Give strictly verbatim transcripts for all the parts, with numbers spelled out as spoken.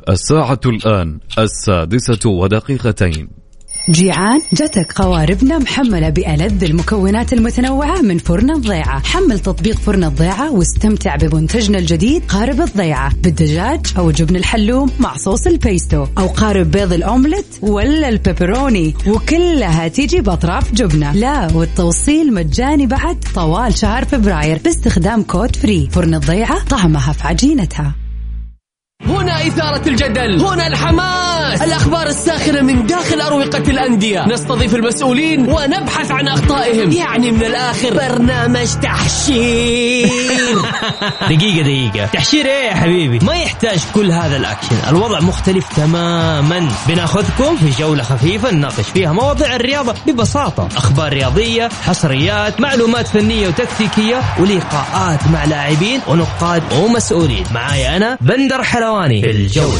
الساعة الآن السادسة ودقيقتين. جيعان؟ جتك قواربنا محملة بألذ المكونات المتنوعة من فرن الضيعة. حمل تطبيق فرن الضيعة واستمتع بمنتجنا الجديد قارب الضيعة بالدجاج أو جبن الحلوم مع صوص البيستو، أو قارب بيض الأومليت ولا البيبروني، وكلها تيجي بأطراف جبنة. لا، والتوصيل مجاني بعد طوال شهر فبراير باستخدام كود فري. فرن الضيعة، طعمها في عجينتها. هنا إثارة الجدل، هنا الحماس، الأخبار الساخنة من داخل أروقة الأندية، نستضيف المسؤولين ونبحث عن أخطائهم. يعني من الآخر برنامج تحشير. دقيقة دقيقة، تحشير إيه يا حبيبي؟ ما يحتاج كل هذا الأكشن، الوضع مختلف تماما. بناخذكم في جولة خفيفة نناقش فيها مواضيع الرياضة ببساطة، أخبار رياضية، حصريات، معلومات فنية وتكتيكية، ولقاءات مع لاعبين ونقاد ومسؤولين. معايا أنا بندر حلواني في الجولة.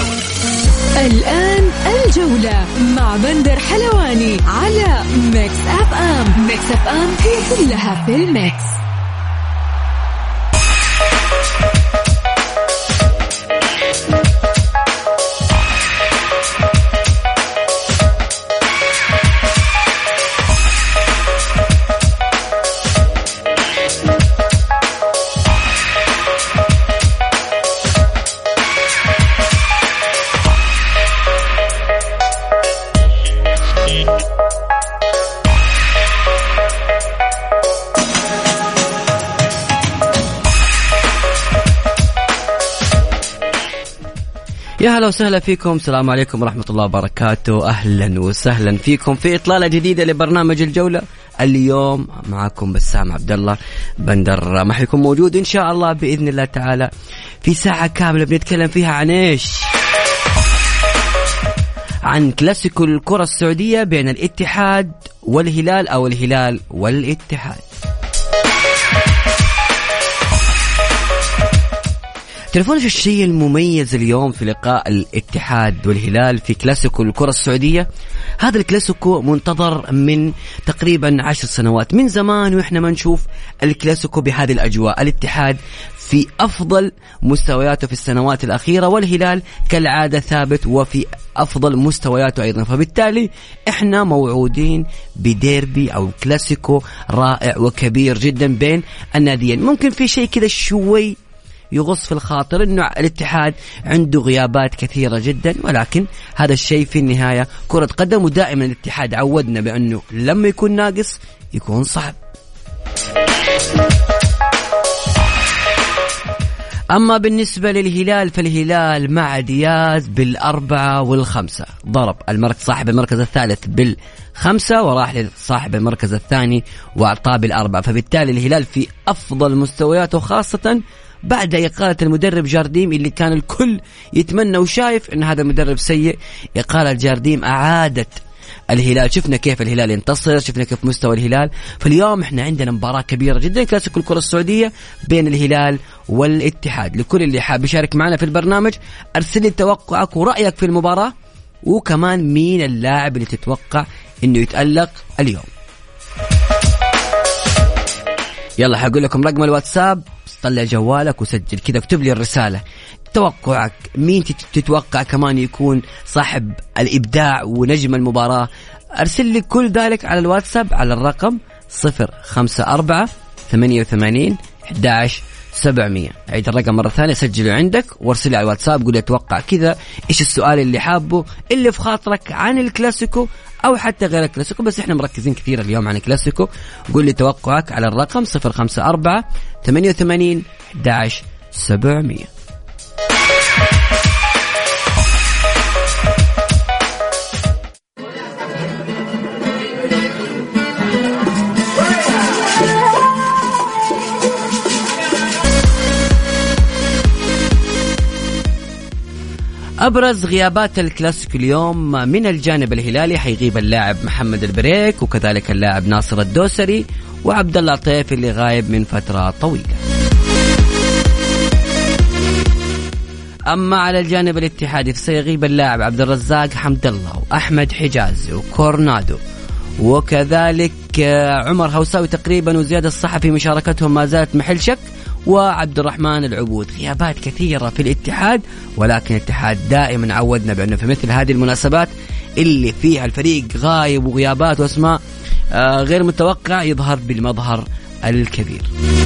الآن الجولة مع بندر حلواني على ميكس أف أم. ميكس أف أم هي كلها في الميكس. يا هلا وسهلا فيكم، السلام عليكم ورحمة الله وبركاته. أهلا وسهلا فيكم في إطلالة جديدة لبرنامج الجولة. اليوم معكم بسام عبد الله بندر، ما حيكون موجود إن شاء الله بإذن الله تعالى في ساعة كاملة بنتكلم فيها عن إيش؟ عن كلاسيكو الكرة السعودية بين الاتحاد والهلال أو الهلال والاتحاد. تعرفون ايش الشيء المميز اليوم في لقاء الاتحاد والهلال في كلاسيكو الكرة السعودية؟ هذا الكلاسيكو منتظر من تقريبا عشر سنوات، من زمان واحنا ما نشوف الكلاسيكو بهذه الأجواء. الاتحاد في أفضل مستوياته في السنوات الأخيرة، والهلال كالعادة ثابت وفي أفضل مستوياته أيضا، فبالتالي احنا موعودين بديربي أو كلاسيكو رائع وكبير جدا بين الناديين. ممكن في شيء كذا شوي يغص في الخاطر إنه الاتحاد عنده غيابات كثيرة جدا، ولكن هذا الشيء في النهاية كرة قدم، ودائما الاتحاد عودنا بأنه لما يكون ناقص يكون صعب. أما بالنسبة للهلال فالهلال مع دياز بالأربعة والخمسة ضرب المركز صاحب المركز الثالث بالخمسة وراح لصاحب المركز الثاني وأعطاه بالأربعة، فبالتالي الهلال في أفضل مستوياته، خاصة بعد إقالة المدرب جارديم اللي كان الكل يتمنى وشايف أن هذا المدرب سيء. إقالة جارديم أعادت الهلال، شفنا كيف الهلال ينتصر، شفنا كيف مستوى الهلال. فاليوم احنا عندنا مباراة كبيرة جدا، كلاسيكو الكرة السعودية بين الهلال والاتحاد. لكل اللي حاب يشارك معنا في البرنامج أرسل لي توقعك ورأيك في المباراة، وكمان مين اللاعب اللي تتوقع انه يتألق اليوم. يلا حقول لكم رقم الواتساب، طلع جوالك وسجل كذا، اكتب لي الرسالة توقعك، مين تتوقع كمان يكون صاحب الإبداع ونجم المباراة. أرسل لي كل ذلك على الواتساب على الرقم صفر خمسة أربعة ثمانية وثمانين أحد عشر سبعمية. عيد الرقم مرة ثانية، سجله عندك وارسل على الواتساب، قول لي اتوقع كذا، ايش السؤال اللي حابه اللي في خاطرك عن الكلاسيكو او حتى غير الكلاسيكو، بس احنا مركزين كثير اليوم عن الكلاسيكو. قول لي توقعك على الرقم صفر خمسة أربعة ثمانية وثمانين أحد عشر سبعمية. أبرز غيابات الكلاسيكو اليوم من الجانب الهلالي حيغيب اللاعب محمد البريك، وكذلك اللاعب ناصر الدوسري وعبد الله عطيف اللي غايب من فترة طويلة. أما على الجانب الاتحادي فسيغيب اللاعب عبد الرزاق حمد الله وأحمد حجازي وكورنادو، وكذلك عمر هوساوي تقريبا وزياد الصحفي مشاركتهم ما زالت محل شك، وعبد الرحمن العبود. غيابات كثيرة في الاتحاد، ولكن الاتحاد دائما عودنا بأنه في مثل هذه المناسبات اللي فيها الفريق غايب وغيابات واسماء غير متوقع يظهر بالمظهر الكبير.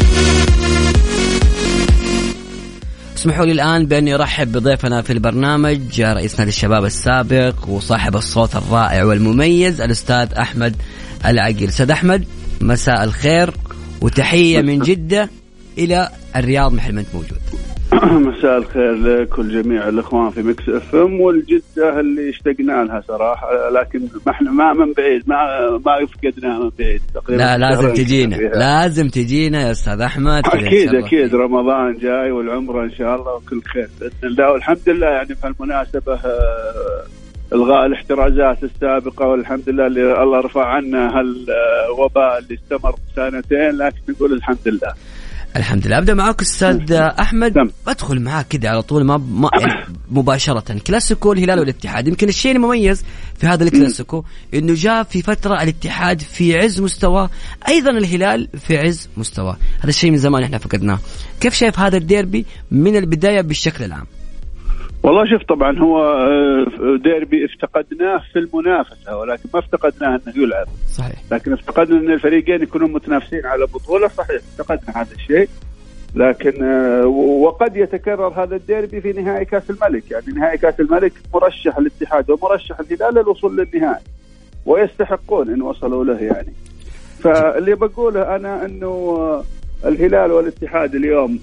اسمحوا لي الآن بأني أرحب بضيفنا في البرنامج رئيس نادي الشباب السابق وصاحب الصوت الرائع والمميز الأستاذ أحمد العقيل. أستاذ أحمد مساء الخير وتحية من جدة إلى الرياض محل ما أنت موجود. مساء الخير لكل جميع الإخوان في ميكس اف ام والجدة اللي اشتقنا لها صراحة، لكن ما احنا ما من بعيد ما ما فقدناها من بعيد تقريبا. لا لازم تجينا لازم تجينا يا أستاذ أحمد. أكيد أكيد رمضان جاي والعمرة إن شاء الله وكل خير بإذن الله. والحمد لله يعني في المناسبة إلغاء الاحترازات السابقة والحمد لله اللي الله رفع عنا هالوباء اللي استمر سنتين، لكن نقول الحمد لله. الحمد لله. أبدأ معاك أستاذ أحمد. نعم. بدخل معاك كده على طول ما, ما يعني مباشرة كلاسيكو الهلال والاتحاد. يمكن الشيء المميز في هذا الكلاسيكو إنه جاء في فترة الاتحاد في عز مستوى، أيضا الهلال في عز مستوى. هذا الشيء من زمان إحنا فقدناه. كيف شايف هذا الديربي من البداية بالشكل العام؟ والله شوف طبعا هو ديربي افتقدناه في المنافسة، ولكن ما افتقدناه أنه يلعب. صحيح. لكن افتقدنا أن الفريقين يكونون متنافسين على بطولة. صحيح افتقدنا هذا الشيء، لكن وقد يتكرر هذا الديربي في نهائي كأس الملك. يعني نهائي كأس الملك مرشح الاتحاد ومرشح الهلال للوصول للنهائي، ويستحقون إن وصلوا له. يعني فاللي بقوله أنا أنه الهلال والاتحاد اليوم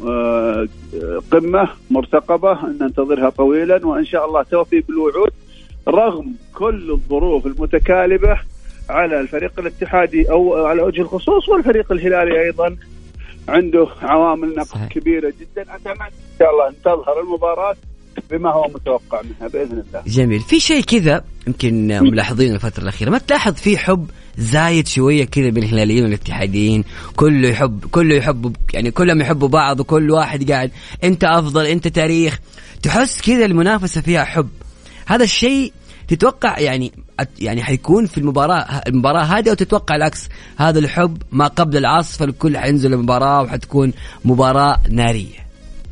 قمة مرتقبة ننتظرها طويلا، وإن شاء الله توفي بالوعود رغم كل الظروف المتكالبة على الفريق الاتحادي أو على وجه الخصوص، والفريق الهلالي أيضا عنده عوامل نقص كبيرة جدا. أتمنى إن شاء الله أن تظهر المباراة بما هو متوقع منها بإذن الله. جميل. في شيء كذا يمكن ملاحظين الفترة الأخيرة، ما تلاحظ فيه حب زايد شوية كذا بين الهلاليين والاتحاديين؟ كله يحب كله يحب يعني كلهم يحبوا بعض، وكل واحد قاعد أنت أفضل أنت تاريخ. تحس كذا المنافسة فيها حب. هذا الشيء تتوقع يعني يعني حيكون في المباراة المباراة هذه، أو تتوقع العكس هذا الحب ما قبل العصف الكل حينزل المباراة وحتكون مباراة نارية؟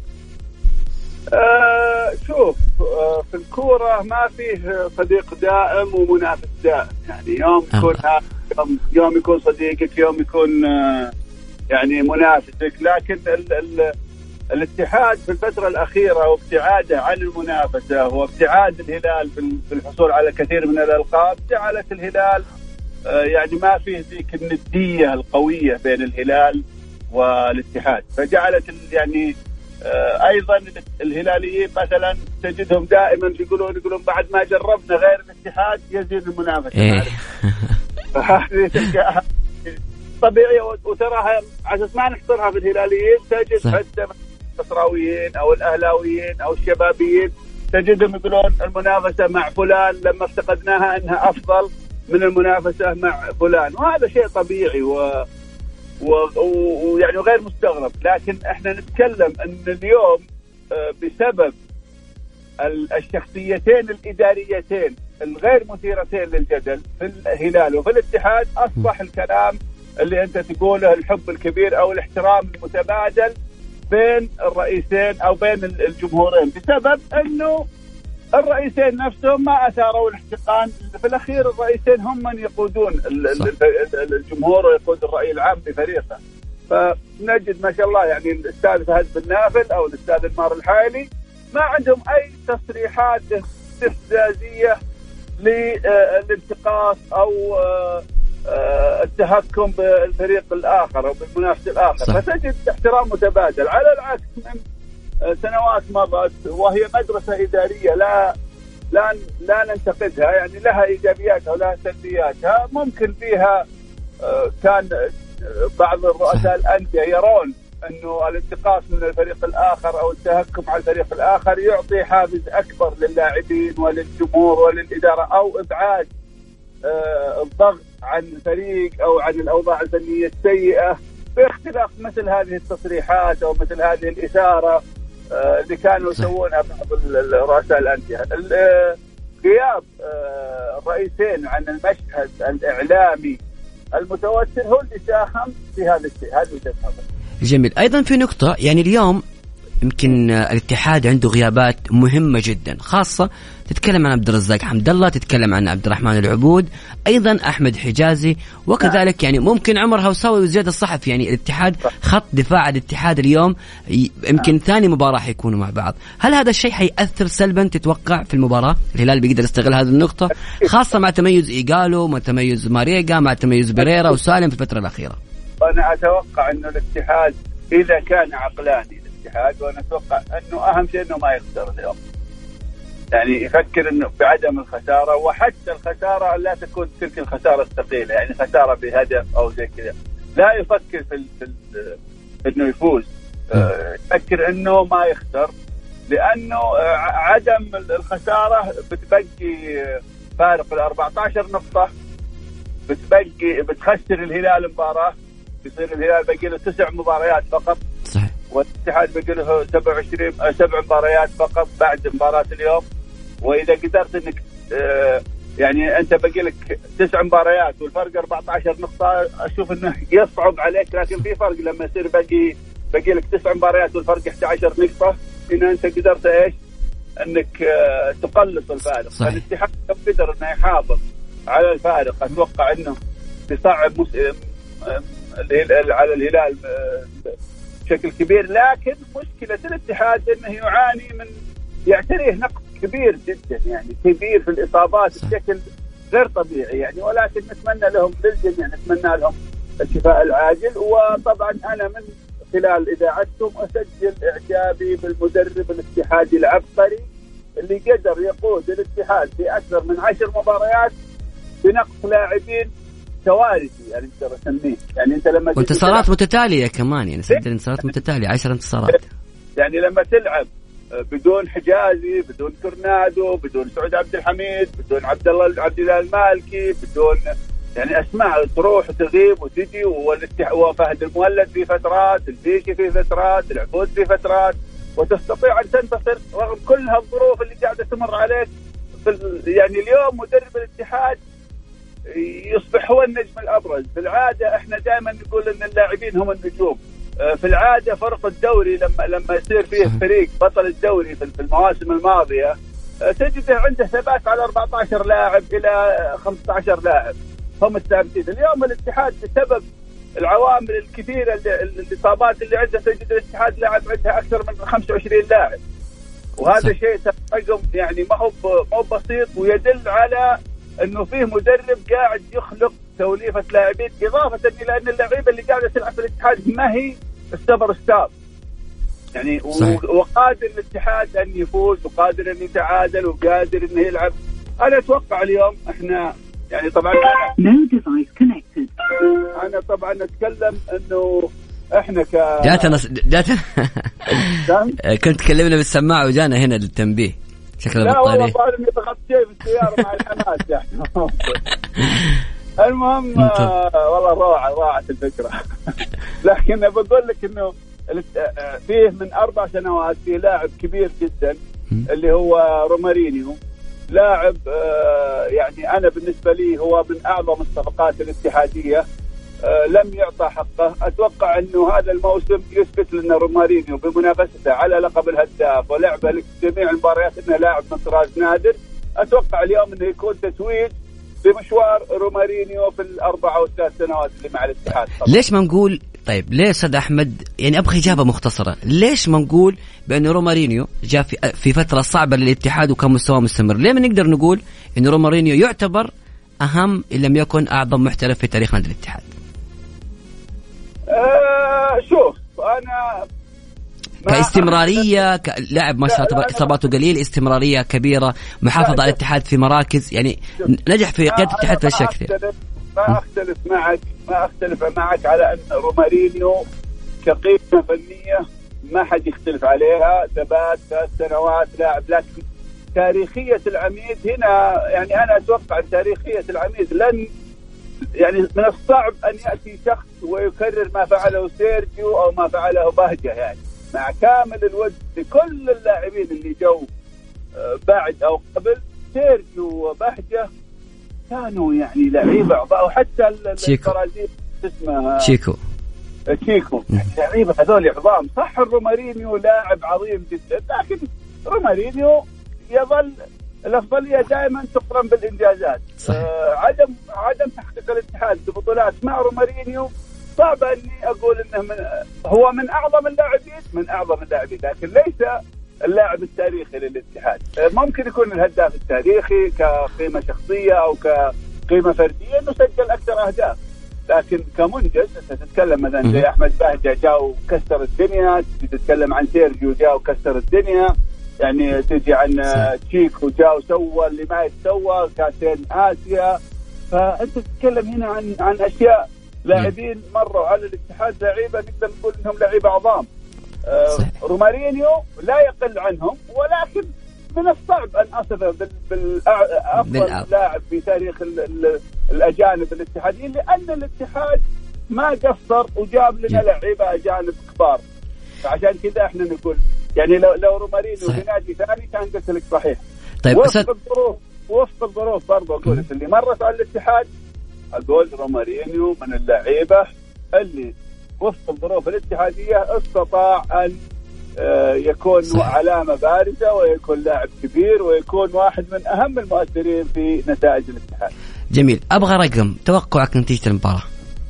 آه شوف آه في الكورة ما فيه صديق دائم ومنافس دائم. يعني يوم يكون آه. يوم, يوم يكون صديقك، يوم يكون آه يعني منافسك. لكن ال ال الاتحاد في الفترة الأخيرة وابتعاده عن المنافسة وابتعاد الهلال في الحصول على كثير من الألقاب جعلت الهلال آه يعني ما فيه ذيك الندية القوية بين الهلال والاتحاد، فجعلت يعني آه أيضا الهلاليين مثلا تجدهم دائما يقولون يقولون بعد ما جربنا غير الاتحاد يزيد المنافسة. فهذه تلقاها طبيعية، وتراها على أساس ما نحصرها في الهلاليين تجد حتى النصراويين أو الأهلاويين أو الشبابيين تجدهم يقولون المنافسة مع فلان لما افتقدناها أنها أفضل من المنافسة مع فلان، وهذا شيء طبيعي و ويعني غير مستغرب. لكن احنا نتكلم ان اليوم بسبب الشخصيتين الاداريتين الغير مثيرتين للجدل في الهلال وفي الاتحاد اصبح الكلام اللي انت تقوله الحب الكبير او الاحترام المتبادل بين الرئيسين او بين الجمهورين، بسبب انه الرئيسين نفسهم ما أثاروا الاحتقان. في الأخير الرئيسين هم من يقودون الجمهور ويقود الرأي العام بفريقه. فنجد ما شاء الله يعني الأستاذ فهد بن نافل أو الأستاذ المار الحايلي ما عندهم أي تصريحات استفزازية للانتقاص أو التهكم بالفريق الآخر أو بالمنافس الآخر. صح. فتجد احترام متبادل، على العكس من سنوات مضت وهي مدرسة إدارية لا لا لا ننتقدها، يعني لها إيجابياتها ولها سلبياتها. ممكن فيها كان بعض الرؤساء الأندية يرون أنه الانتقاص من الفريق الآخر أو التهكم على الفريق الآخر يعطي حافز أكبر للاعبين وللجمهور وللإدارة، أو إبعاد الضغط عن الفريق أو عن الأوضاع الفنية السيئة، باختلاف مثل هذه التصريحات أو مثل هذه الإثارة اللي كانوا يسوونها بعض رؤساء الأندية. غياب الرئيسين عن المشهد الإعلامي المتوتر هو اللي ساهم في هذا الشيء. هذا وجهة نظري. جميل. أيضا في نقطة يعني اليوم يمكن الاتحاد عنده غيابات مهمة جدا، خاصة تتكلم عن عبد الرزاق حمد الله، تتكلم عن عبد الرحمن العبود، أيضا أحمد حجازي، وكذلك يعني ممكن عمر هوساوي وزياد الصحفي. يعني الاتحاد خط دفاع الاتحاد اليوم يمكن ثاني مباراة حيكونوا مع بعض. هل هذا الشيء حيأثر سلبا تتوقع في المباراة؟ الهلال بيقدر يستغل هذه النقطة، خاصة مع تميز إيغالو، مع تميز ماريجا، مع تميز بريرا وسالم في الفترة الأخيرة. أنا أتوقع أنه الاتحاد إذا كان عقلاني الاتحاد، وأنا أتوقع أنه أهم شيء أنه ما يخسر اليوم، يعني يفكر أنه بعدم الخسارة، وحتى الخسارة لا تكون تلك الخسارة الثقيلة، يعني خسارة بهدف أو زي كذا، لا يفكر في, في أنه يفوز، يفكر أنه ما يخسر، لأنه عدم الخسارة بتبقي فارق الأربعة عشر نقطة، بتبقي بتخسر الهلال مباراة، بيصير الهلال بقي له تسع مباريات فقط. صحيح. والاتحاد بقي له سبعة وعشرين سبع مباريات فقط بعد مباراة اليوم. وإذا قدرت إنك آه يعني أنت بقي لك تسع مباريات والفرق أربعة عشر نقطة، أشوف إنه يصعب عليك، لكن في فرق لما يصير بقي بقي لك تسع مباريات والفرق أحد عشر نقطة، إن أنت قدرت إيش إنك آه تقلص الفارق. الاتحاد قدر إنه يحافظ على الفارق، أتوقع إنه يصعب مس... على الهلال بشكل كبير. لكن مشكلة الاتحاد إنه يعاني من يعتريه نقص كبير جدا، يعني كبير في الإصابات بشكل غير طبيعي يعني. ولكن نتمنى لهم للجميع، نتمنى لهم الشفاء العاجل. وطبعا أنا من خلال إذاعتكم أسجل إعجابي بالمدرب الاتحادي العبقري اللي قدر يقود الاتحاد في أكثر من عشر مباريات بنقص لاعبين كوارثي، يعني أقدر أسميه. يعني أنت لما وانتصارات متتالية كمان، يعني سجل انتصارات متتالية، عشر انتصارات. يعني لما تلعب بدون حجازي، بدون كورنادو، بدون سعود عبد الحميد، بدون عبد الله عبد الله المالكي، بدون يعني أسماء تروح وتغيب وتجي، وفهد المولد في فترات، الفيشي في فترات، العبود في فترات، وتستطيع أن تنتصر رغم كل هالظروف اللي قاعدة تمر عليك. يعني اليوم مدرب الاتحاد يصبح هو النجم الأبرز. في العادة احنا دائما نقول ان اللاعبين هم النجوم. في العادة فرق الدوري لما لما يصير فيه فريق بطل الدوري في المواسم الماضية تجده عنده ثبات على أربعة عشر لاعب إلى خمسة عشر لاعب هم الثابتين. اليوم الاتحاد بسبب العوامل الكثيرة الإصابات اللي عنده تجد الاتحاد لاعب عنده أكثر من خمسة وعشرين لاعب، وهذا شيء رقم يعني ما هو ما هو بسيط، ويدل على انه فيه مدرب قاعد يخلق توليفة لاعبين، اضافة الى ان اللعيبة اللي قاعدة تلعب في الاتحاد ما هي السوبر ستار يعني. صحيح. وقادر الاتحاد ان يفوز، وقادر ان يتعادل، وقادر انه يلعب. انا اتوقع اليوم احنا يعني طبعا انا طبعا اتكلم انه احنا ك جاتنا جاتنا كنت تكلمنا بالسماعة وجانا هنا للتنبيه. لا والله بعد اني ضغطت شيء في السيارة مع الحماس يعني. المهم آه والله روعة روعة الفكرة. لكن بقول لك انه فيه من اربع سنوات في لاعب كبير جدا اللي هو رومارينيو، لاعب آه يعني انا بالنسبة لي هو من اعظم الصفقات الاتحادية، آه لم يعطى حقه. اتوقع انه هذا الموسم يثبت لنا رومارينيو بمنافسته على لقب الهداف ولعبه لجميع المباريات انه لاعب من طراز نادر. اتوقع اليوم انه يكون تتويج بمشوار رومارينيو في الاربع او الثلاث سنوات اللي مع الاتحاد. ليش ما نقول طيب ليش استاذ احمد، يعني ابغى اجابه مختصره، ليش ما نقول بان رومارينيو جاء في في فتره صعبه للاتحاد وكان مستواه مستمر؟ ليه ما نقدر نقول ان رومارينيو يعتبر اهم ان لم يكن اعظم محترف في تاريخ نادي الاتحاد؟ أه شوف انا كاستمرارية كلاعب ما شاء الله إصاباته قليل، استمرارية كبيرة، محافظة على الاتحاد في مراكز، يعني نجح في قيادة الاتحاد في أشياء كثير. ما أختلف معك ما أختلف معك على أن رومارينيو كقيمة فنية ما حد يختلف عليها، ثبات ثلاث سنوات لاعب. لكن تاريخية العميد هنا يعني أنا أتوقع تاريخية العميد لن يعني من الصعب أن يأتي شخص ويكرر ما فعله سيرجيو أو ما فعله بهجة، يعني مع كامل الود لكل اللاعبين اللي جو بعد أو قبل سيرجيو وبهجة كانوا يعني لعيبة، وحتى البرازيل اسمه تشيكو تشيكو، لعيبه هذول عظام. صح رومارينيو لاعب عظيم جدا، لكن رومارينيو يظل الافضليه دائما تقرن بالانجازات. آه عدم عدم تحقيق الاتحاد ببطولات مع رومارينيو صعب اني اقول انه من هو من اعظم اللاعبين من اعظم اللاعبين لكن ليس اللاعب التاريخي للاتحاد. آه ممكن يكون الهداف التاريخي كقيمه شخصيه او كقيمه فرديه انه سجل اكثر اهداف، لكن كمنجز انت تتكلم مثلا زي احمد بهجة جاء وكسر الدنيا، تتكلم عن سيرجيو جاء وكسر الدنيا، يعني تجي عن تشيكو جاء وسوى اللي ما يتسوى كاسين آسيا. فأنت تتكلم هنا عن عن أشياء لاعبين مروا على الاتحاد، لعيبة نقدر نقول إنهم لعيبة عظام. آه رومارينيو لا يقل عنهم، ولكن من الصعب أن أصفه بالأفضل لاعب في تاريخ ال ال الأجانب الاتحاديين، لأن الاتحاد ما قصر وجاب لنا لعيبة أجانب كبار. فعشان كذا احنا نقول يعني لو لو رومارينيو في نادي ثاني كان قلت لك صحيح. طيب وفق الظروف وفق الظروف برضه اقول اللي مرت على الاتحاد، اقول رومارينيو من اللعيبه اللي وفق الظروف الاتحاديه استطاع ان يكون صحيح. علامه بارزه ويكون لاعب كبير ويكون واحد من اهم المؤثرين في نتائج الاتحاد. جميل. ابغى رقم توقعك نتيجه المباراه.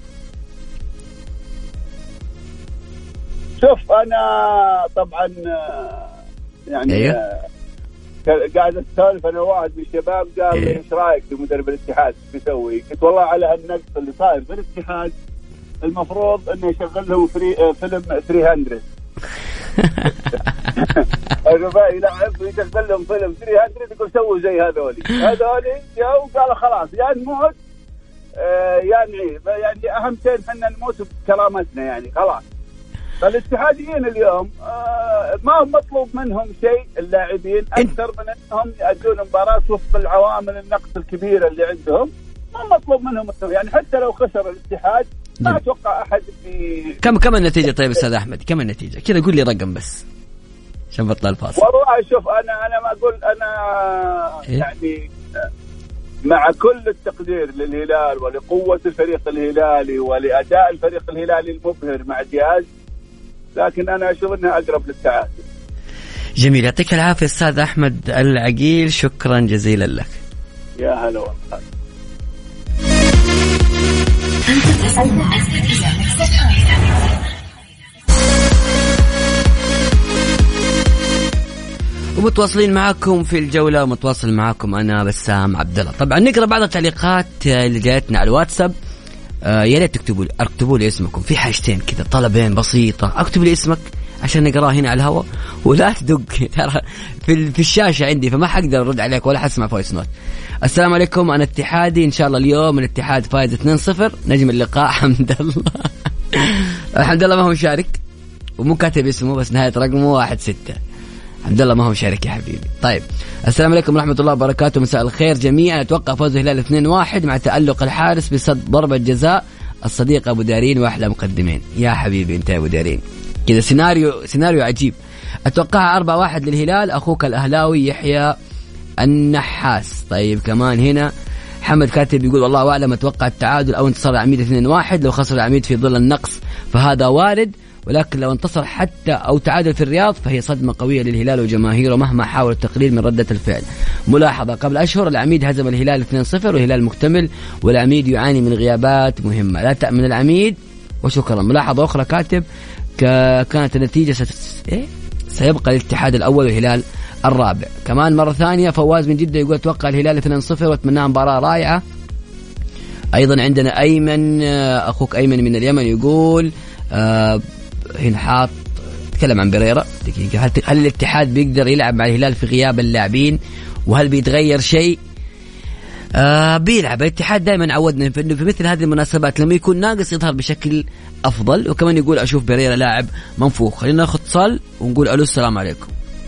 شوف أنا طبعا يعني أيوه؟ قاعد أستسولف أنا واحد من الشباب قال لي إيش رأيك في مدرب الاتحاد بيسوي؟ قلت والله على هالنقص اللي صاير في الاتحاد المفروض إنه يشغل لهم فري فيلم ثلاثمية. الرباعي يلعب ويشغل لهم فيلم ثلاثمية يقول سووا زي هذولي هذولي جاءوا قالوا خلاص يا نموت يا نعيب، يعني أهم شيء إحنا نموت بكرامتنا يعني خلاص. فالاتحاديين اليوم آه ما هم مطلوب منهم شيء اللاعبين أكثر من أنهم يأدون مباراة وفق العوامل النقص الكبيرة اللي عندهم. ما مطلوب منهم يعني حتى لو خسر الاتحاد ما أتوقع أحد في كم كم النتيجة. طيب أستاذ أحمد كم النتيجة كذا قول لي رقم بس عشان بطلع الفاصل. والله شوف أنا أنا ما أقول أنا إيه؟ يعني مع كل التقدير للهلال ولقوة الفريق الهلالي ولأداء الفريق الهلالي المبهر مع دياز، لكن أنا أشوف أنها أقرب للتعادل. جميل. يعطيك العافية أستاذ أحمد العقيل، شكرا جزيلا لك. يا هلا والله. ومتواصلين معكم في الجولة، ومتواصل معكم أنا بسام عبد الله. طبعا نقرأ بعض التعليقات اللي جاءتنا على الواتساب. آه يا ريت تكتبوا لي اكتبوا لي اسمكم في حاجتين كذا طلبين بسيطة. اكتب لي اسمك عشان نقراه هنا على الهواء، ولا تدق ترى في في الشاشة عندي فما حقدر ارد عليك ولا حسمع فويس نوت. السلام عليكم انا اتحادي ان شاء الله اليوم الاتحاد فايز اثنين صفر. نجم اللقاء حمد الله. الحمد لله ما هو مشارك ومو كاتب اسمه بس نهاية رقمه واحد ستة. الحمد لله ما هو مشارك يا حبيبي. طيب السلام عليكم ورحمة الله وبركاته، مساء الخير جميعا. أتوقع فوز الهلال اثنين واحد مع تألق الحارس بصد ضربة جزاء الصديق أبو دارين وأحلى مقدمين. يا حبيبي أنت يا أبو دارين كذا سيناريو سيناريو عجيب. أتوقع أربعة واحد للهلال، أخوك الأهلاوي يحيى النحاس. طيب كمان هنا حمد كاتب يقول والله أعلم أتوقع التعادل أو انتصار العميد اثنين واحد. لو خسر العميد في ظل النقص فهذا وارد، ولكن لو انتصر حتى أو تعادل في الرياض فهي صدمة قوية للهلال وجماهيره مهما حاول التقليل من ردة الفعل. ملاحظة قبل أشهر العميد هزم الهلال اثنين صفر والهلال مكتمل، والعميد يعاني من غيابات مهمة. لا تأمن العميد وشكرا. ملاحظة أخرى كاتب كانت النتيجة ست... إيه؟ سيبقى الاتحاد الأول والهلال الرابع. كمان مرة ثانية فواز من جدة يقول أتوقع الهلال اثنين صفر واتمناها مباراة رائعة. أيضا عندنا أيمن أخوك أيمن من اليمن يقول آه هنا حاط تكلم عن بريرة دقيقة. هل, هل الاتحاد بيقدر يلعب مع الهلال في غياب اللاعبين وهل بيتغير شيء؟ آه بيلعب الاتحاد دائما عودنا في انه في مثل هذه المناسبات لما يكون ناقص يظهر بشكل افضل. وكمان يقول اشوف بريرة لاعب منفوخ. خلينا ناخذ اتصال ونقول الو السلام عليكم.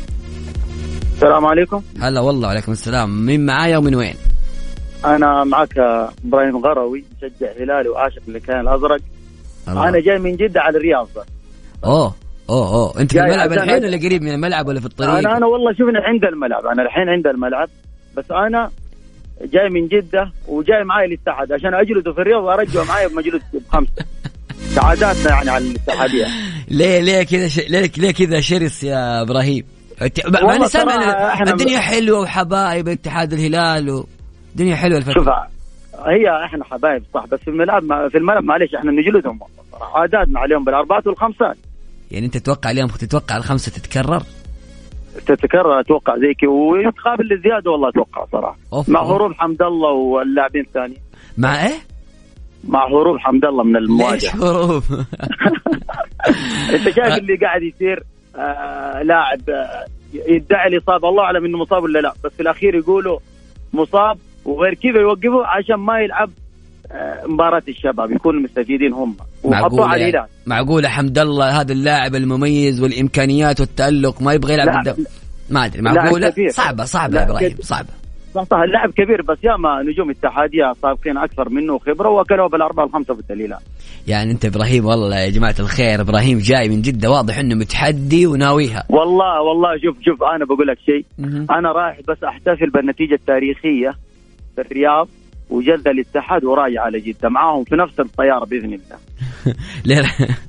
السلام عليكم. هلا والله وعليكم السلام. مين معايا ومن وين؟ انا معك ابراهيم غروي مشجع هلالي وعاشق للكيان الازرق. الله. انا جاي من جدة على الرياض. اوه اوه اوه انت في الملعب الحين ولا قريب من الملعب ولا في الطريق؟ انا انا والله شوفني عند الملعب. انا الحين عند الملعب بس انا جاي من جدة وجاي معايا للاتحاد عشان اجلده في الرياض وارجعه معايا بمجلس بخمسة. سعاداتنا يعني على الاتحادية. ليه ليه كذا ش... ليه ليه كذا شرس يا إبراهيم؟ ما سامع الدنيا حلوة وحبايب اتحاد الهلال ودنيا حلوة الفترة. شوف هي احنا حبايب صح، بس في الملعب في الملعب معلش احنا نجلدهم عاداتنا عليهم بالاربعات والخمسات. يعني انت تتوقع اليوم تتوقع الخمسة تتكرر؟ تتكرر اتوقع زي كذا ويتقابل للزيادة والله اتوقع صراحة. مع هروب حمد الله واللاعبين الثانيين. مع ايه؟ مع هروب حمد الله من المواجهة. ليش هروب؟ انت شايف اللي قاعد يصير آه لاعب آه يدعي الإصابة، الله أعلم إنه مصاب ولا لا، بس في الأخير يقولوا مصاب وغير كذا يوقفوا عشان ما يلعب آه مباراة الشباب، يكونوا مستفيدين هم وحطوا على الهلال. معقولة حمد الله هذا اللاعب المميز والإمكانيات والتألق ما يبغى يلعب قدام؟ ما أدري. معقولة صعبة صعبة يا إبراهيم صعبة. صح اللاعب كبير بس ياما نجوم اتحادية سابقين أكثر منه خبرة وكانوا بالأربعة والخمسة بالدليل. يعني أنت إبراهيم والله يا جماعة الخير إبراهيم جاي من جدة واضح إنه متحدي وناويها. والله والله شوف شوف أنا بقول لك شيء، أنا رايح بس أحتفل بالنتيجة التاريخية في الرياض وجلد الاتحاد وراجع على جدة معاهم في نفس الطيارة بإذن الله. ليه؟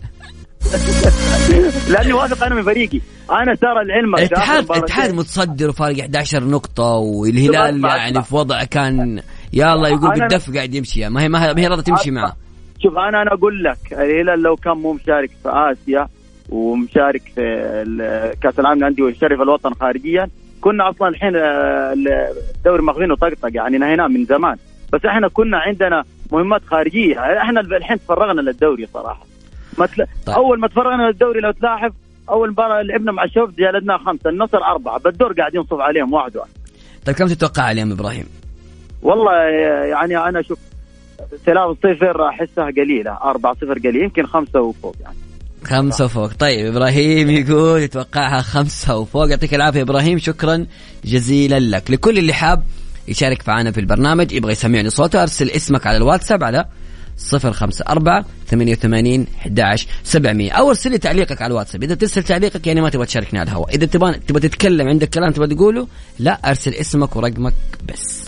لأني واثق أنا من فريقي. أنا ترى العلم الاتحاد الاتحاد متصدر وفارق إحدى عشر نقطة والهلال يعني في وضع كان يلا يقول بالدف قاعد يمشي، ما هي ما هي راضية تمشي معه. شوف أنا أنا أقول لك الهلال لو كان مو مشارك في آسيا ومشارك في كأس العالم للأندية ويشرف الوطن خارجيا كنا أصلا الحين الدوري ماخذينه طقطق يعني نهيناه من زمان، بس إحنا كنا عندنا مهمات خارجية. إحنا الحين تفرغنا للدوري صراحة. ما تل... طيب. أول ما تفرغنا للدوري لو تلاحظ أول مباراة لعبنا مع الشباب جلدنا خمسة، النصر أربعة، بالدور قاعدين نصف عليهم واحد واحد. طيب كم تتوقع اليوم إبراهيم؟ والله يعني أنا شوف ثلاثة صفر أحسها قليلة، أربعة صفر قليل، يمكن خمسة وفوق يعني. خمسة وفوق. طيب إبراهيم يقول يتوقعها خمسة وفوق. يعطيك العافية إبراهيم، شكرا جزيلا لك. لكل اللي حاب يشارك معنا في البرنامج يبغى يسمعني صوته أرسل اسمك على الواتساب على صفر خمسة أربعة ثمانية وثمانين أحد عشر سبعمية أو ارسل لي تعليقك على الواتساب. إذا ترسل تعليقك يعني ما تبغى تشاركني على الهواء، إذا تبغى تبغى تتكلم عندك كلام تبغى تقوله لا أرسل اسمك ورقمك بس.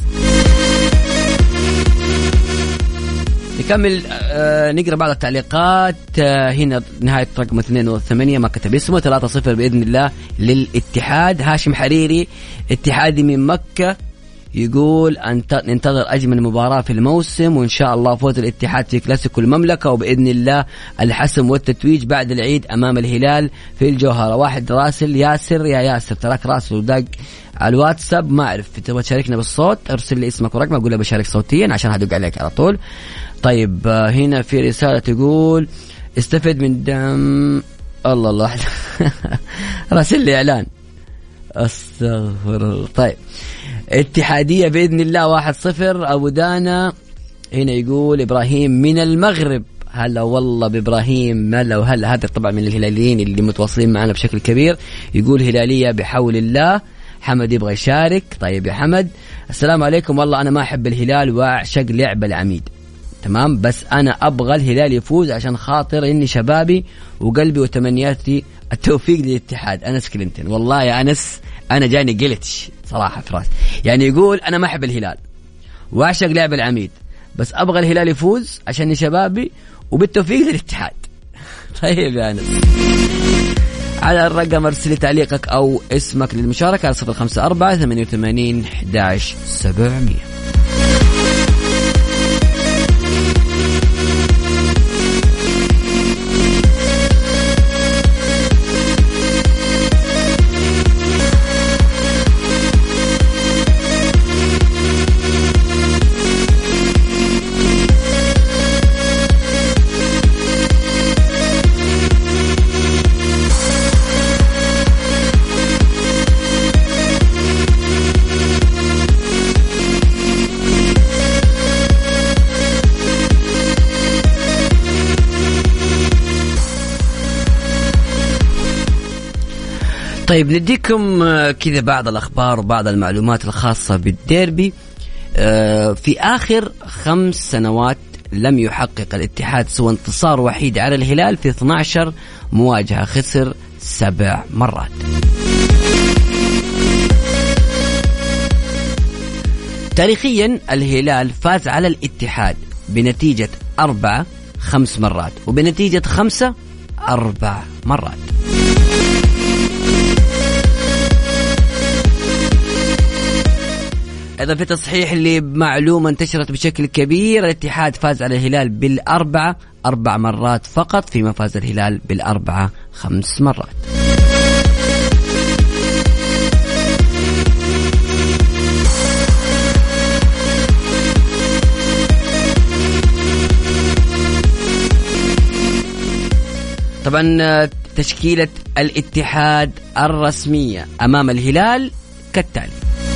نكمل آه نقرأ بعض التعليقات. آه هنا نهاية رقم اثنين وثمانية ما كتب اسمه. ثلاثة صفر بإذن الله للاتحاد. هاشم حريري اتحادي من مكة يقول أن ننتظر أجمل مباراة في الموسم وإن شاء الله فوز الاتحاد في كلاسيكو المملكة وبإذن الله الحسم والتتويج بعد العيد أمام الهلال في الجوهرة. واحد راسل ياسر يا ياسر تراك راسل ودق على الواتساب ما أعرف تبغى تشاركنا بالصوت ارسل لي اسمك ورقمك أقول له بشارك صوتيا عشان هدق عليك على طول. طيب هنا في رسالة تقول استفد من دم الله الله راسل لي إعلان استغفر الله. طيب اتحادية بإذن الله واحد صفر. أبو دانا هنا يقول إبراهيم من المغرب. هلا والله بإبراهيم هلا وهلا. هذا طبعا من الهلاليين اللي متواصلين معنا بشكل كبير. يقول هلالية بحول الله. حمد يبغى يشارك. طيب يا حمد السلام عليكم. والله أنا ما أحب الهلال وأعشق لعب العميد تمام، بس أنا أبغى الهلال يفوز عشان خاطر إني شبابي وقلبي وتمنياتي التوفيق للاتحاد. أنس كلينتون. والله يا أنس أنا جاني قلتش صراحة فراس. يعني يقول أنا ما أحب الهلال وأعشق لعب العميد بس أبغى الهلال يفوز عشان شبابي وبالتوفيق للاتحاد. طيب يا أنس على الرقم ارسل تعليقك أو اسمك للمشاركة على صفر خمسة أربعة ثمانية وثمانين أحد عشر سبعمية. طيب نديكم كذا بعض الأخبار وبعض المعلومات الخاصة بالديربي. في آخر خمس سنوات لم يحقق الاتحاد سوى انتصار وحيد على الهلال في اثنتي عشرة مواجهة، خسر سبع مرات. تاريخيا الهلال فاز على الاتحاد بنتيجة أربعة خمس مرات، وبنتيجة خمسة أربع مرات. إذا في تصحيح لمعلومة انتشرت بشكل كبير، الاتحاد فاز على الهلال بالأربعة أربع مرات فقط، فيما فاز الهلال بالأربعة خمس مرات. طبعا تشكيلة الاتحاد الرسمية أمام الهلال كالتالي: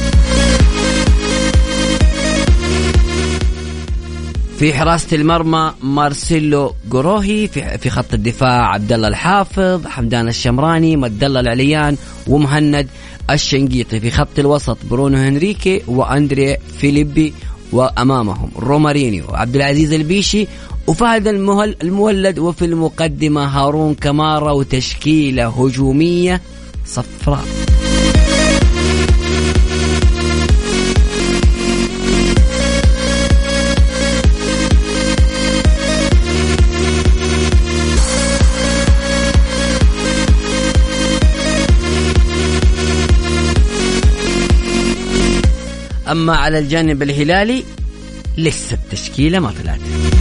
في حراسة المرمى مارسيلو جوروهي، في في خط الدفاع عبد الله الحافظ، حمدان الشمراني، مد الله العليان، ومهند الشنقيطي. في خط الوسط برونو هنريكي وأندري فيليبي، وأمامهم رومارينيو وعبد العزيز البيشي وفهد المهل المولد، وفي المقدمة هارون كمارا، وتشكيلة هجومية صفراء. أما على الجانب الهلالي لسه التشكيلة ما طلعت.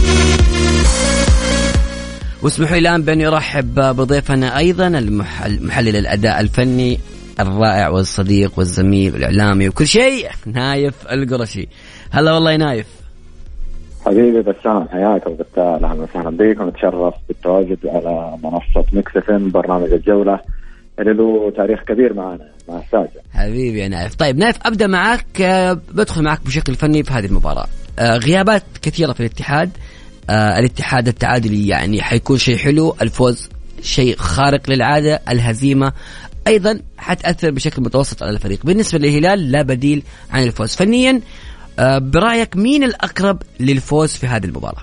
واسمحوا لي الآن بأن يرحب بضيفنا أيضا المحلل الأداء الفني الرائع والصديق والزميل والإعلامي وكل شيء، نايف القرشي. هلا والله يا نايف. حبيبي بسام، حياك وبالتالي أهلا وسهلا بكم. نتشرف بالتواجد على منصة ميكس اف ام، برنامج الجولة اللي له تاريخ كبير معنا مع الساجة. حبيبي يا نايف. طيب نايف، أبدأ معك، بدخل معك بشكل فني في هذه المباراة. غيابات كثيرة في الاتحاد. آه الاتحاد التعادلي يعني حيكون شيء حلو، الفوز شيء خارق للعادة، الهزيمة أيضا حتأثر بشكل متوسط على الفريق. بالنسبة للهلال لا بديل عن الفوز. فنيا آه برأيك مين الأقرب للفوز في هذه المباراة؟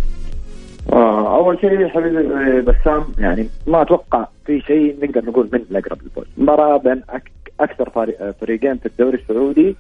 آه أول شيء حبيبي بسام، يعني ما أتوقع في شيء نقدر نقول من الأقرب للفوز. مباراة بين أك أكثر فريقين في الدوري السعودي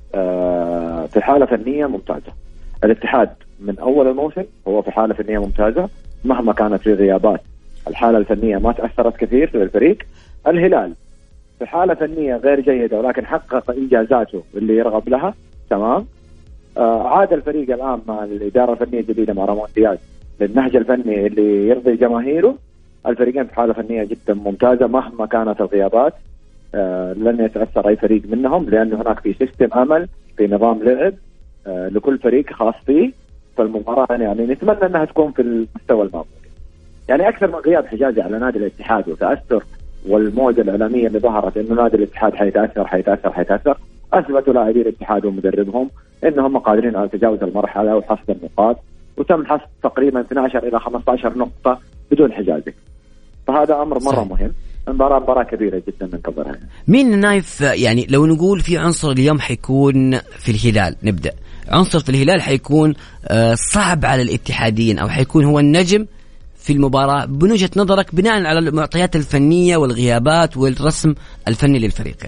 آه في حالة فنية ممتازة. الاتحاد من أول الموسم هو في حالة فنية ممتازة مهما كانت في غيابات، الحالة الفنية ما تأثرت كثير في الفريق. الهلال في حالة فنية غير جيدة ولكن حقق إنجازاته اللي يرغب لها، تمام. آه عاد الفريق الآن مع الإدارة الفنية الجديدة مع رامون دياز للنهج الفني اللي يرضي جماهيره. الفريقين في حالة فنية جدا ممتازة مهما كانت الغيابات. آه لن يتأثر أي فريق منهم، لأن هناك في سيستم عمل، في نظام لعب آه لكل فريق خاص فيه. فالمباراة يعني نتمنى أنها تكون في المستوى المطلوب. يعني أكثر من غياب حجازي على نادي الاتحاد وتأثر والموجة الإعلامية اللي ظهرت إنه نادي الاتحاد حيتأثر حيتأثر حيتأثر أثبتوا لاعبي الاتحاد ومدربهم إنهم قادرين على تجاوز المرحلة وحصد النقاط، وتم حصد تقريبا اثنتي عشرة إلى خمسة عشر نقطة بدون حجازي. فهذا أمر مرة مهم. مباراة مباراة كبيرة جدا من كبرها. مين نايف يعني لو نقول في عنصر اليوم حيكون في الهلال، نبدأ عنصر في الهلال حيكون صعب على الاتحاديين أو حيكون هو النجم في المباراة من وجهة نظرك بناء على المعطيات الفنية والغيابات والرسم الفني للفريقين؟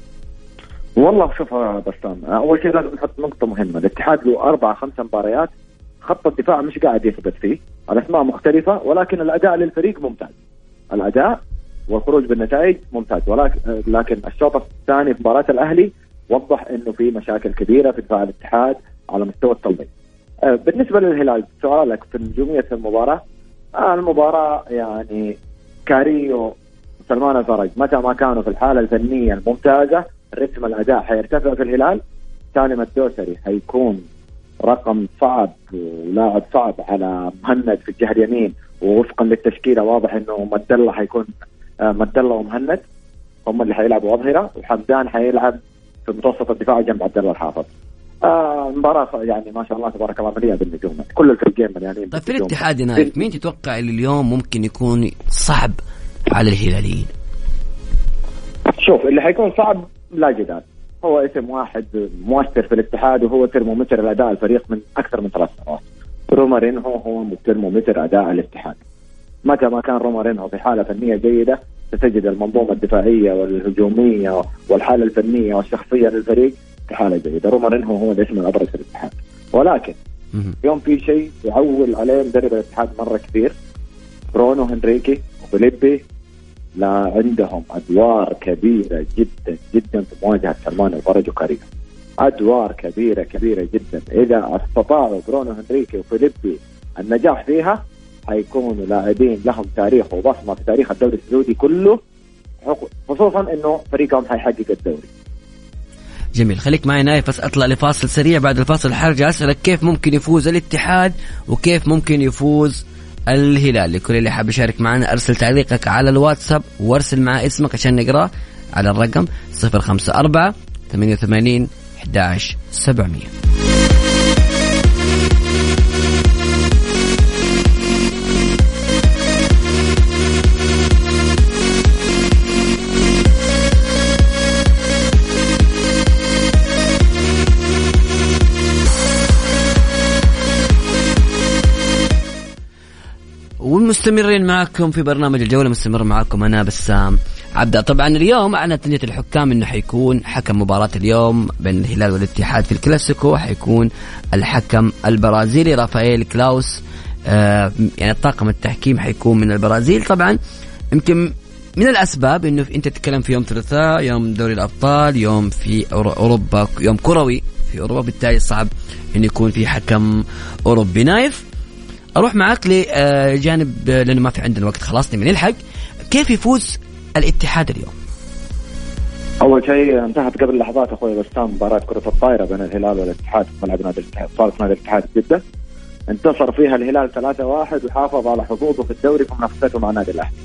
والله شوف بسام، أول شيء لازم نحط نقطة مهمة. الاتحاد له أربعة خمسة مباريات خط الدفاع مش قاعد يثبت فيه، الأسماء مختلفة ولكن الأداء للفريق ممتاز. الأداء والخروج بالنتائج ممتاز، ولكن لكن الشوط الثاني في مباراة الأهلي وضح إنه في مشاكل كبيرة في دفاع الاتحاد على مستوى التنظيم. بالنسبة للهلال سؤالك في نجومية المباراة، المباراة يعني كاريو وسلمان الفرج متى ما كانوا في الحالة الفنية الممتازة رتم الأداء حيرتفع في الهلال. سالم الدوسري حيكون رقم صعب ولاعب صعب على مهند في الجهة اليمين، ووفقا للتشكيلة واضح إنه مدلة حيكون مدلة ومهند هم اللي حيلعبوا أظهرة، وحمدان حيلعب في متوسط الدفاع جنب عبد الله الحافظ. آه مباراة يعني ما شاء الله تبارك الله مليئة بالنجوم، كل الفريقين مليانين. طيب في الاتحاد نايف مين تتوقع اللي اليوم ممكن يكون صعب على الهلاليين؟ شوف اللي حيكون صعب لا جدال هو اسم واحد مؤثر في الاتحاد، وهو ترمومتر الأداء الفريق من أكثر من ثلاث سنوات. رومارينهو هو ترمومتر أداء الاتحاد. متى ما كان رومارينهو في حالة فنية جيدة ستجد المنظومة الدفاعية والهجومية والحالة الفنية والشخصية للفريق في حالة جيدة. رومارينهو هو الاسم الأبرز في الاتحاد، ولكن اليوم في شيء يعول عليه مدرب الاتحاد مرة كثير، برونو هنريكي وفيليبي، لا عندهم أدوار كبيرة جدا جدا في مواجهة سلمان الفرج وكاريو، أدوار كبيرة كبيرة جدا. إذا استطاعوا برونو هنريكي وفيليبي النجاح فيها حيكونوا لاعبين لهم تاريخ وبصمة في تاريخ الدوري السعودي كله، خصوصا إنه فريقهم حيحقق الدوري. جميل، خليك معي نايف بس أطلع لفاصل سريع. بعد الفاصل حرجع أسألك كيف ممكن يفوز الاتحاد وكيف ممكن يفوز الهلال. لكل اللي حاب يشارك معنا أرسل تعليقك على الواتساب وارسل مع اسمك عشان نقرأ على الرقم صفر خمسة أربعة ثمانية وثمانين أحد عشر سبعمية. ومستمرين معكم في برنامج الجولة، مستمر معكم أنا بسام عبد. طبعا اليوم أعلنت لجنة الحكام إنه حيكون حكم مباراة اليوم بين الهلال والاتحاد في الكلاسيكو حيكون الحكم البرازيلي رافائيل كلاوس. آه يعني الطاقم التحكيم حيكون من البرازيل. طبعا يمكن من الأسباب إنه أنت تتكلم في يوم ثلاثاء، يوم دوري الأبطال، يوم في أوروبا، يوم كروي في أوروبا، بالتالي صعب إنه يكون في حكم أوروبي. نايف أروح معك لجانب لأنه ما في عندنا وقت خلاص نبي نلحق. كيف يفوز الاتحاد اليوم؟ أول شيء انتهت قبل لحظات أخوي بسام مباراة كرة الطائرة بين الهلال والاتحاد في ملعب نادي الاتحاد، صارت نادي الاتحاد جدة، انتصر فيها الهلال ثلاثة واحد وحافظ على حظوظه في الدوري في منافسته مع نادي الأهلي.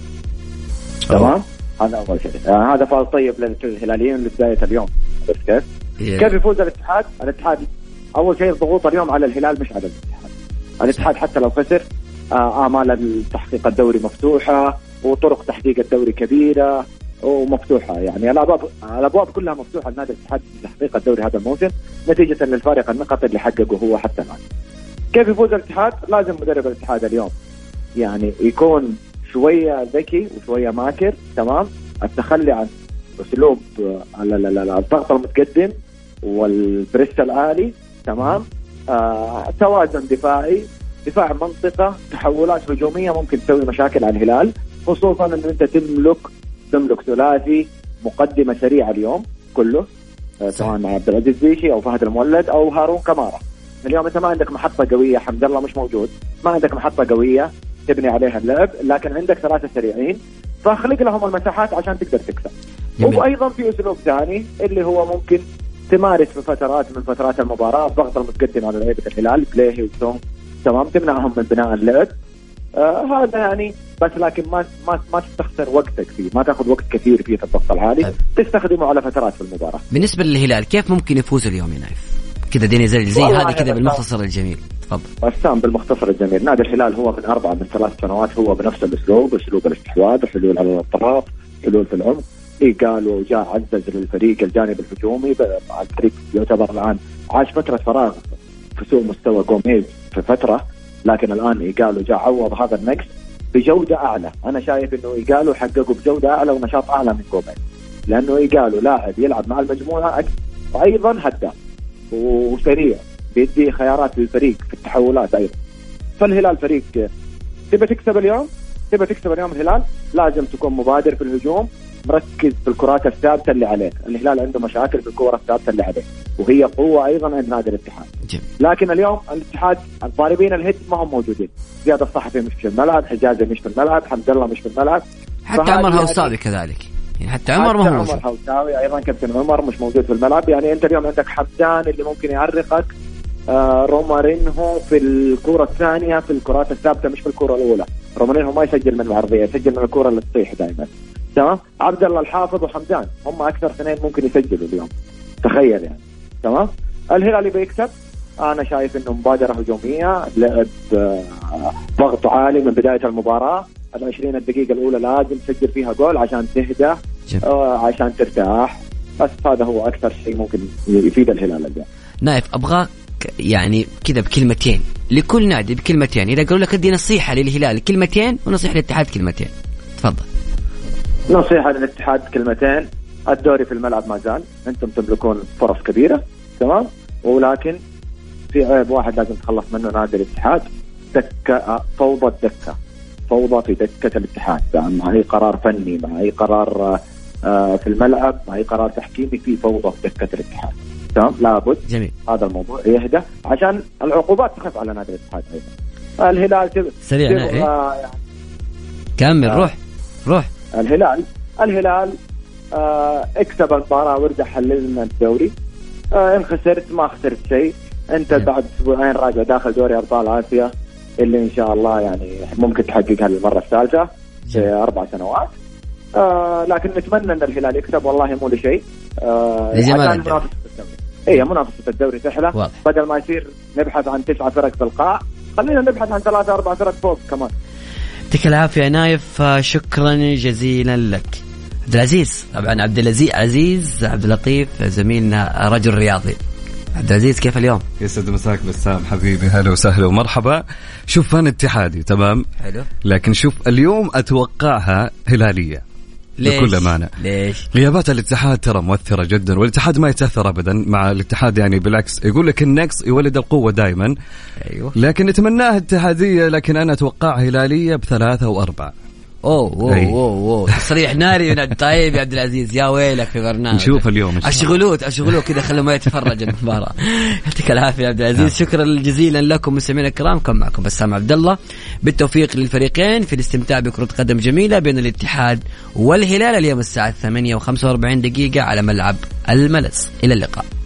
تمام، هذا أول شيء. يعني هذا فاز طيب للهلاليين لبداية اليوم. بس كيف yeah. كيف يفوز الاتحاد؟ الاتحاد أول شيء الضغوط اليوم على الهلال مش على الاتحاد. الاتحاد حتى لو خسر آمال التحقيق الدوري مفتوحة وطرق تحقيق الدوري كبيرة ومفتوحة، يعني الأبواب الأبواب كلها مفتوحة لنادي الاتحاد لتحقيق الدوري هذا الموسم نتيجة للفارق النقط اللي حققه هو حتى الآن. كيف يفوز الاتحاد؟ لازم مدرب الاتحاد اليوم يعني يكون شوية ذكي وشوية ماكر. تمام، التخلي عن أسلوب الضغط المتقدم والبريس العالي. تمام، آه، توازن دفاعي، دفاع منطقة، تحولات هجومية ممكن تسوي مشاكل على الهلال، خصوصا أن أنت تملك تملك ثلاثي مقدمة سريعة اليوم كله، آه، سواء مع عبد العزيز بيشي أو فهد المولد أو هارون كمارة. اليوم أنت ما عندك محطة قوية، حمد الله مش موجود، ما عندك محطة قوية تبني عليها اللعب، لكن عندك ثلاثة سريعين فاخلق لهم المساحات عشان تقدر تكسب. وأيضا في أسلوب ثاني اللي هو ممكن تمارس في فترات من فترات المباراة الضغط المتقدم على لعيبة الهلال بلاهي وسوم. تمام، تمنعهم من بناء اللعب. آه هذا يعني بس، لكن ما ما ما تستخسر وقتك فيه، ما تاخذ وقت كثير فيه في الضغط العالي. طيب. تستخدمه على فترات في المباراة. بالنسبة للهلال كيف ممكن يفوز اليوم يا نايف؟ كذا ديني زي زي هذه كذا بالمختصر الجميل. تفضل. بسام بالمختصر الجميل. نادي الهلال هو من أربعة من ثلاث سنوات هو بنفس الأسلوب، أسلوب الاستحواذ، حلول على الأطراف، حلول في العمق. إيه قالوا جاء عزز للفريق الجانب الهجومي. الفريق يعتبر الآن عاش فترة فراغ في سوء مستوى جوميز في فترة، لكن الآن إيه قالوا جاء عوض هذا النقص بجودة أعلى. أنا شايف إنه إيه قالوا حققوا بجودة أعلى ونشاط أعلى من جوميز، لأنه إيه قالوا لاعب يلعب مع المجموعة أكثر، وأيضا هداف وسريع بيدي خيارات للفريق في التحولات أيضا. فالهلال فريق تبى تكسب اليوم، تبى تكسب اليوم الهلال لازم تكون مبادر في الهجوم، مركز في الكرات الثابتة اللي عليك. الهلال عنده مشاكل في الكرة الثابتة اللي عليه، وهي قوة أيضا عند نادي الاتحاد. لكن اليوم الاتحاد الضاربين الهيد ما هم موجودين. زياد الصحفي مش في الملعب، حجازي مش في الملعب، حمد الله مش في الملعب، حتى عمر هوساوي كذلك. يعني حتى عمر ما هو موجود. عمر هوساوي أيضا كابتن عمر مش موجود في الملعب. يعني أنت اليوم عندك حمدان اللي ممكن يعرقك، آه رومارينهو في الكرة الثانية في الكرات الثابتة مش في الكرة الأولى. رومارينهو ما يسجل من العرضية، يسجل من الكرة اللي تطيح دائما. تمام، عبد الله الحافظ وحمدان هم أكثر اثنين ممكن يسجلوا اليوم، تخيل يعني. تمام، الهلال بيكسب. أنا شايف إنه مبادرة هجومية، لعب آه ضغط عالي من بداية المباراة. العشرين الدقيقة الأولى لازم تسجل فيها جول عشان تهدى، آه عشان ترتاح. بس هذا هو أكثر شيء ممكن يفيد الهلال اليوم. نايف أبغاك يعني كذا بكلمتين لكل نادي، بكلمتين. إذا قالوا لك ادي نصيحة للهلال كلمتين ونصيحة للاتحاد كلمتين، تفضل. نصيحة للاتحاد كلمتين: الدوري في الملعب ما زال، أنتم تملكون فرص كبيرة. تمام، ولكن في عيب واحد لازم تخلص منه نادي الاتحاد، دكة فوضى الدكة، فوضى في دكة الاتحاد مع أي قرار فني، مع أي قرار في الملعب، مع أي قرار تحكيمي، في فوضى في دكة الاتحاد. تمام، لابد جميل هذا الموضوع يهدى عشان العقوبات تخف على نادي الاتحاد أيضا. الهلال تب... سريع تب... يعني. آه يعني. كمل آه. روح روح الهلال الهلال آه اكسب المباراة وارجع حللنا الدوري. آه إن خسرت ما خسرت شيء، أنت جميل. بعد أسبوعين راجع داخل دوري أبطال آسيا اللي إن شاء الله يعني ممكن تحققها للمرة الثالثة في أربع سنوات. آه لكن نتمنى أن الهلال يكسب، والله مو لشيء آه عشان منافسة الدوري. إيه منافسة الدوري تحلى، بدل ما يصير نبحث عن تسعة فرق في القاع خلينا نبحث عن ثلاثة أربع فرق فوق كمان. يعطيك العافية نايف، شكرا جزيلا لك. عبد العزيز طبعا عبد العزيز عزيز عبد اللطيف زميلنا رجل رياضي. عبد العزيز كيف اليوم؟ يسعد مساك بسام حبيبي، هلا وسهلا ومرحبا. شوف أنا اتحادي تمام حلو، لكن شوف اليوم أتوقعها هلالية بكل أمانة. ليش؟ غيابات الاتحاد ترى مؤثرة جدا، والاتحاد ما يتأثر أبدا مع الاتحاد، يعني بالعكس يقول لك النقص يولد القوة دائما. أيوه. لكن نتمناها اتحادية، لكن أنا أتوقع هلالية بثلاثة وأربعة. اوه اوه اوه, أوه. تصريح ناري من طيب يا عبد العزيز، يا ويلك في برنامج. نشوف اليوم اشغلوه اشغلوه كذا، خلوا ما يتفرج المباراة. يعطيك العافية يا عبد العزيز. شكرا جزيلا لكم مستمعينا الكرام، كان معكم بسام عبد الله. بالتوفيق للفريقين في الاستمتاع بكرة قدم جميلة بين الاتحاد والهلال اليوم الساعة ثمانية وخمسة وأربعين دقيقة على ملعب الملز. إلى اللقاء.